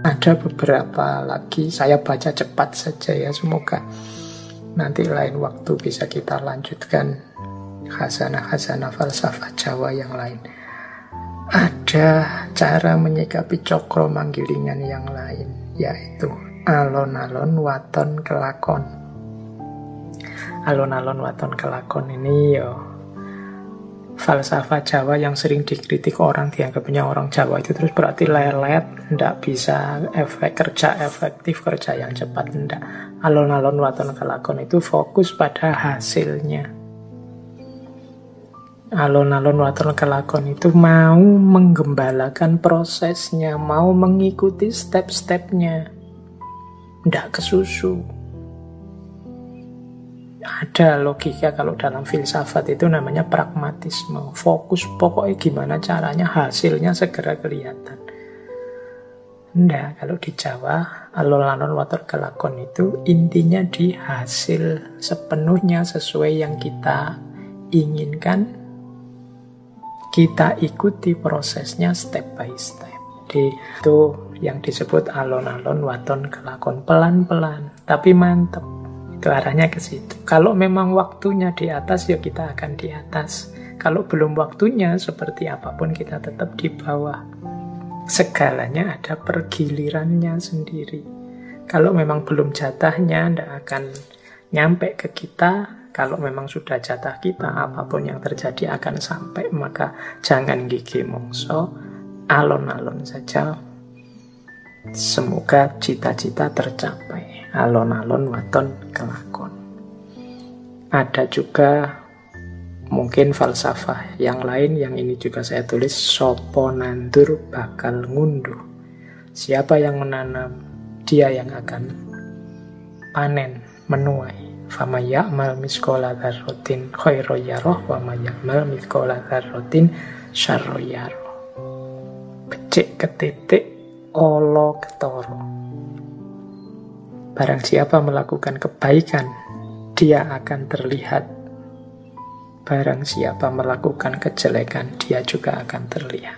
Ada beberapa lagi, saya baca cepat saja ya, semoga nanti lain waktu bisa kita lanjutkan khazanah-khazanah falsafah Jawa yang lain. Ada cara menyikapi cokro manggilingan yang lain, yaitu alon-alon waton kelakon. Alon-alon waton kelakon ini falsafah Jawa yang sering dikritik orang, dianggapnya orang Jawa itu terus berarti lelet, ndak bisa kerja efektif, kerja yang cepat, ndak. Alon-alon waton kelakon itu fokus pada hasilnya. Alon-alon waton kelakon itu mau menggembalakan prosesnya, mau mengikuti step-stepnya, ndak kesusu. Ada logika kalau dalam filsafat itu namanya pragmatisme. Fokus pokoknya gimana caranya hasilnya segera kelihatan. Nggak, kalau di Jawa alon-alon waton kelakon itu intinya di hasil sepenuhnya sesuai yang kita inginkan. Kita ikuti prosesnya step by step. Jadi itu yang disebut alon-alon waton kelakon, pelan-pelan tapi mantap. Itu arahnya ke situ. Kalau memang waktunya di atas, ya kita akan di atas. Kalau belum waktunya, seperti apapun kita tetap di bawah. Segalanya ada pergilirannya sendiri. Kalau memang belum jatahnya, tidak akan nyampe ke kita. Kalau memang sudah jatah kita, apapun yang terjadi akan sampai. Maka jangan gigi mongso, alon-alon saja. Semoga cita-cita tercapai. Alon-alon waton kelakon. Ada juga mungkin falsafah yang lain, yang ini juga saya tulis, sopo nandur bakal ngunduh. Siapa yang menanam, dia yang akan panen, menuai. Fama ya'mal miskola dzarratin khairan yarah wa ma ya'mal miskola dzarratin syarran yarah. Becik ketitik olo ketoro. Barang siapa melakukan kebaikan, dia akan terlihat. Barang siapa melakukan kejelekan, dia juga akan terlihat.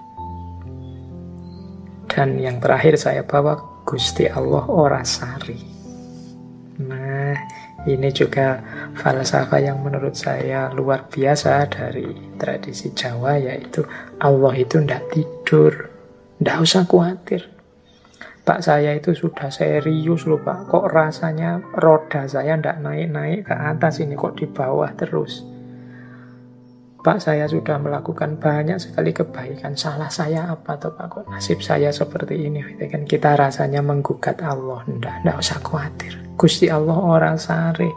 Dan yang terakhir saya bawa, Gusti Allah ora sari. Nah, ini juga falsafah yang menurut saya luar biasa dari tradisi Jawa, yaitu Allah itu tidak tidur. Tidak usah khawatir. Pak, saya itu sudah serius loh Pak, kok rasanya roda saya tidak naik-naik ke atas ini, kok di bawah terus. Pak, saya sudah melakukan banyak sekali kebaikan, salah saya apa tuh Pak, kok nasib saya seperti ini. Kan kita rasanya menggugat Allah. Tidak usah khawatir, Gusti Allah ora sare.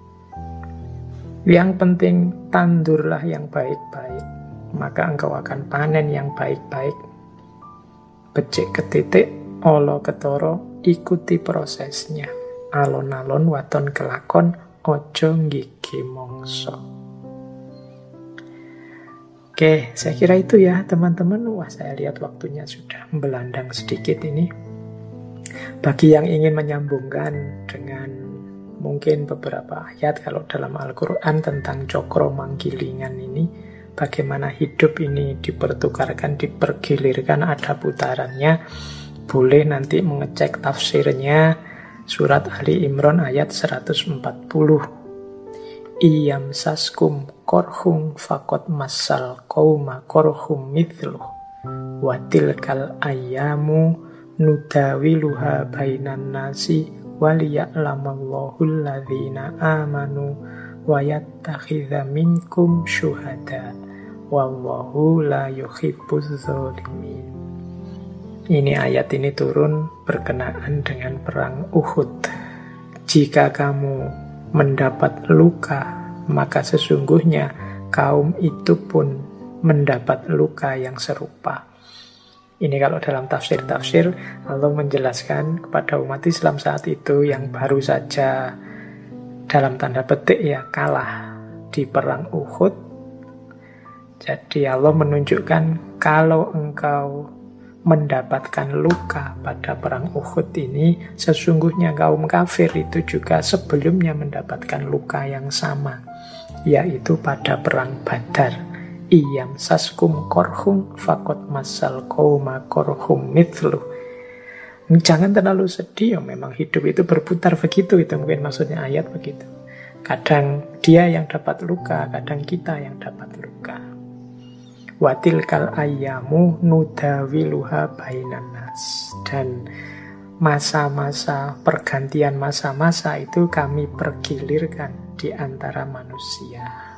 Yang penting tandurlah yang baik-baik, maka engkau akan panen yang baik-baik. Becik ketitik olo ketoro, ikuti prosesnya. Alon-alon waton kelakon, ojo gigi mongso. Oke, saya kira itu ya teman-teman. Wah, saya lihat waktunya sudah membelandang sedikit ini. Bagi yang ingin menyambungkan dengan mungkin beberapa ayat kalau dalam Al-Quran tentang cokro manggilingan ini, bagaimana hidup ini dipertukarkan, dipergilirkan, ada putarannya, boleh nanti mengecek tafsirnya surat Ali Imran ayat 140. Iyam saskum korhum fakot masal qauma korhum mithluh watilkal ayyamu nudawiluha bainan nasi waliya'lamallahu alladhina amanu wa yattakhidha minkum syuhada wallahu la yuhibbuz zalimin. Ini ayat ini turun berkenaan dengan perang Uhud. Jika kamu mendapat luka, maka sesungguhnya kaum itu pun mendapat luka yang serupa. Ini kalau dalam tafsir-tafsir, Allah menjelaskan kepada umat Islam saat itu yang baru saja dalam tanda petik ya kalah di perang Uhud. Jadi Allah menunjukkan kalau engkau mendapatkan luka pada perang Uhud ini, sesungguhnya kaum kafir itu juga sebelumnya mendapatkan luka yang sama, yaitu pada perang Badar. Iyam saskum korhum fakot masal qauma korhum mithluh Jangan terlalu sedih, ya memang hidup itu berputar begitu, itu mungkin maksudnya ayat begitu. Kadang dia yang dapat luka, kadang kita yang dapat luka. Watilkal ayyamu nudawiluha bainan nas. Dan masa-masa, pergantian masa-masa itu kami pergilirkan di antara manusia.